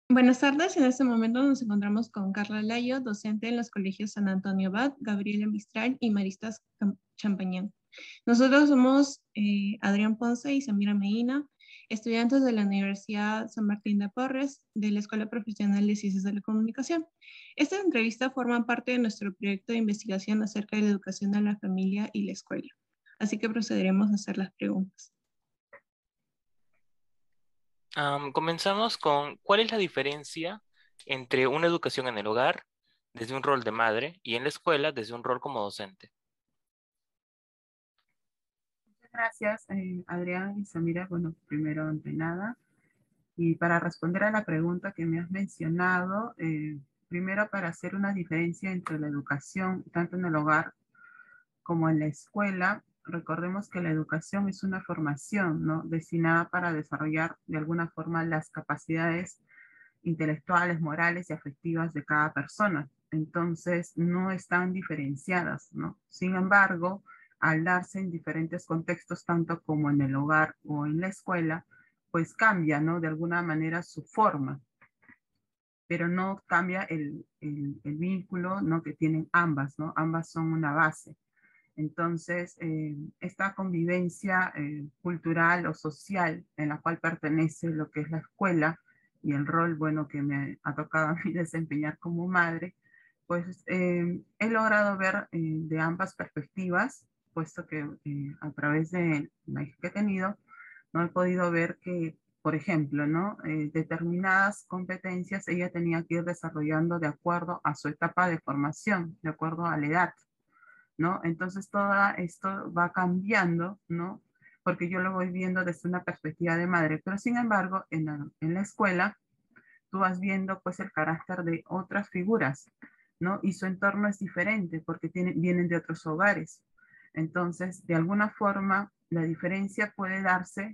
Buenas tardes, en este momento nos encontramos con Carla Layo, docente en los colegios San Antonio Abad, Gabriela Mistral y Maristas Champañán. Nosotros somos Adrián Ponce y Samira Medina, estudiantes de la Universidad San Martín de Porres, de la Escuela Profesional de Ciencias de la Comunicación. Esta entrevista forma parte de nuestro proyecto de investigación acerca de la educación en la familia y la escuela. Así que procederemos a hacer las preguntas. Comenzamos con ¿cuál es la diferencia entre una educación en el hogar, desde un rol de madre, y en la escuela, desde un rol como docente? Muchas gracias, Adrián y Samira. Bueno, primero, ante nada, y para responder a la pregunta que me has mencionado, primero para hacer una diferencia entre la educación, tanto en el hogar como en la escuela, recordemos que la educación es una formación, ¿no?, destinada para desarrollar de alguna forma las capacidades intelectuales, morales y afectivas de cada persona. Entonces, no están diferenciadas, ¿no? Sin embargo, al darse en diferentes contextos, tanto como en el hogar o en la escuela, pues cambia, ¿no?, de alguna manera su forma, pero no cambia el vínculo, ¿no?, que tienen ambas, ¿no? Ambas son una base. Entonces, esta convivencia cultural o social en la cual pertenece lo que es la escuela y el rol, bueno, que me ha tocado a mí desempeñar como madre, pues he logrado ver de ambas perspectivas, puesto que a través de la hija que he tenido, no he podido ver que, por ejemplo, ¿no?, determinadas competencias ella tenía que ir desarrollando de acuerdo a su etapa de formación, de acuerdo a la edad, ¿no? Entonces todo esto va cambiando, ¿no? Porque yo lo voy viendo desde una perspectiva de madre, pero sin embargo en la escuela tú vas viendo pues el carácter de otras figuras, ¿no? Y su entorno es diferente porque vienen de otros hogares. Entonces, de alguna forma, la diferencia puede darse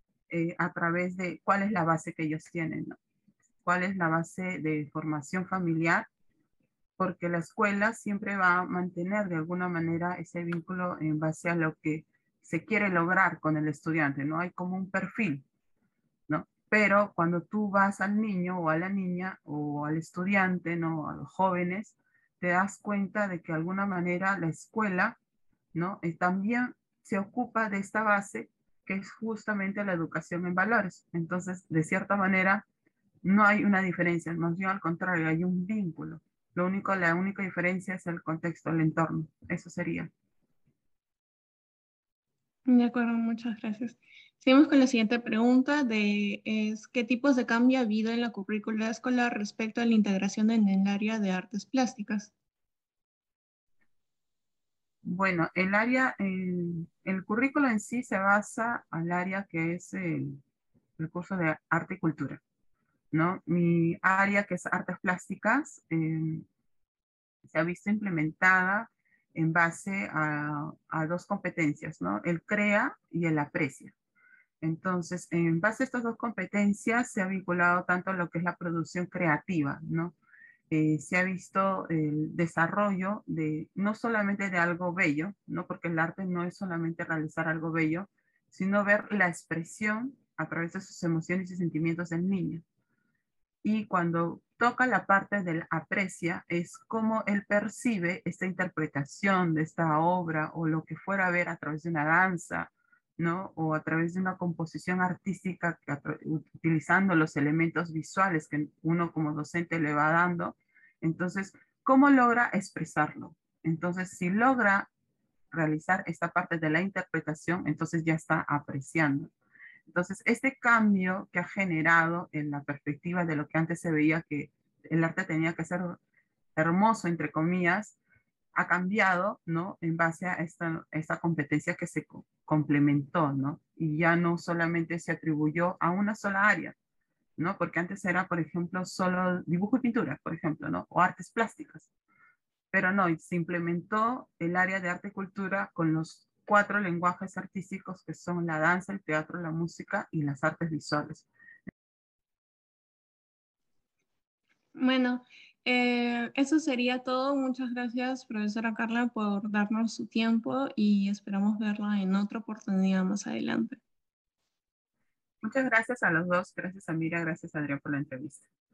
a través de cuál es la base que ellos tienen, ¿no? Cuál es la base de formación familiar, porque la escuela siempre va a mantener de alguna manera ese vínculo en base a lo que se quiere lograr con el estudiante, ¿no? Hay como un perfil, ¿no? Pero cuando tú vas al niño o a la niña o al estudiante, ¿no?, a los jóvenes, te das cuenta de que de alguna manera la escuela, ¿no?, también se ocupa de esta base que es justamente la educación en valores. Entonces, de cierta manera, no hay una diferencia, más bien al contrario, hay un vínculo. La única diferencia es el contexto, el entorno. Eso sería. De acuerdo, muchas gracias. Seguimos con la siguiente pregunta ¿qué tipos de cambio ha habido en la currícula escolar respecto a la integración en el área de artes plásticas? Bueno, el currículo en sí se basa al área que es el curso de arte y cultura, ¿no? Mi área, que es artes plásticas, se ha visto implementada en base a dos competencias, ¿no? El CREA y el APRECIA. Entonces, en base a estas dos competencias se ha vinculado tanto a lo que es la producción creativa, ¿no? Se ha visto el desarrollo de no solamente de algo bello, ¿no? Porque el arte no es solamente realizar algo bello, sino ver la expresión a través de sus emociones y sentimientos del niño. Y cuando toca la parte del aprecia, es cómo él percibe esta interpretación de esta obra o lo que fuera a ver a través de una danza, ¿no? O a través de una composición artística utilizando los elementos visuales que uno como docente le va dando. Entonces, ¿cómo logra expresarlo? Entonces, si logra realizar esta parte de la interpretación, entonces ya está apreciando. Entonces, este cambio que ha generado en la perspectiva de lo que antes se veía que el arte tenía que ser hermoso, entre comillas, ha cambiado, ¿no? En base a esta competencia que se complementó, ¿no? Y ya no solamente se atribuyó a una sola área, ¿no? Porque antes era, por ejemplo, solo dibujo y pintura, por ejemplo, ¿no? O artes plásticas. Pero no, se implementó el área de arte y cultura con los 4 lenguajes artísticos que son la danza, el teatro, la música y las artes visuales. Bueno, eso sería todo. Muchas gracias, profesora Carla, por darnos su tiempo y esperamos verla en otra oportunidad más adelante. Muchas gracias a los dos, gracias a Mira, gracias a Adrián por la entrevista.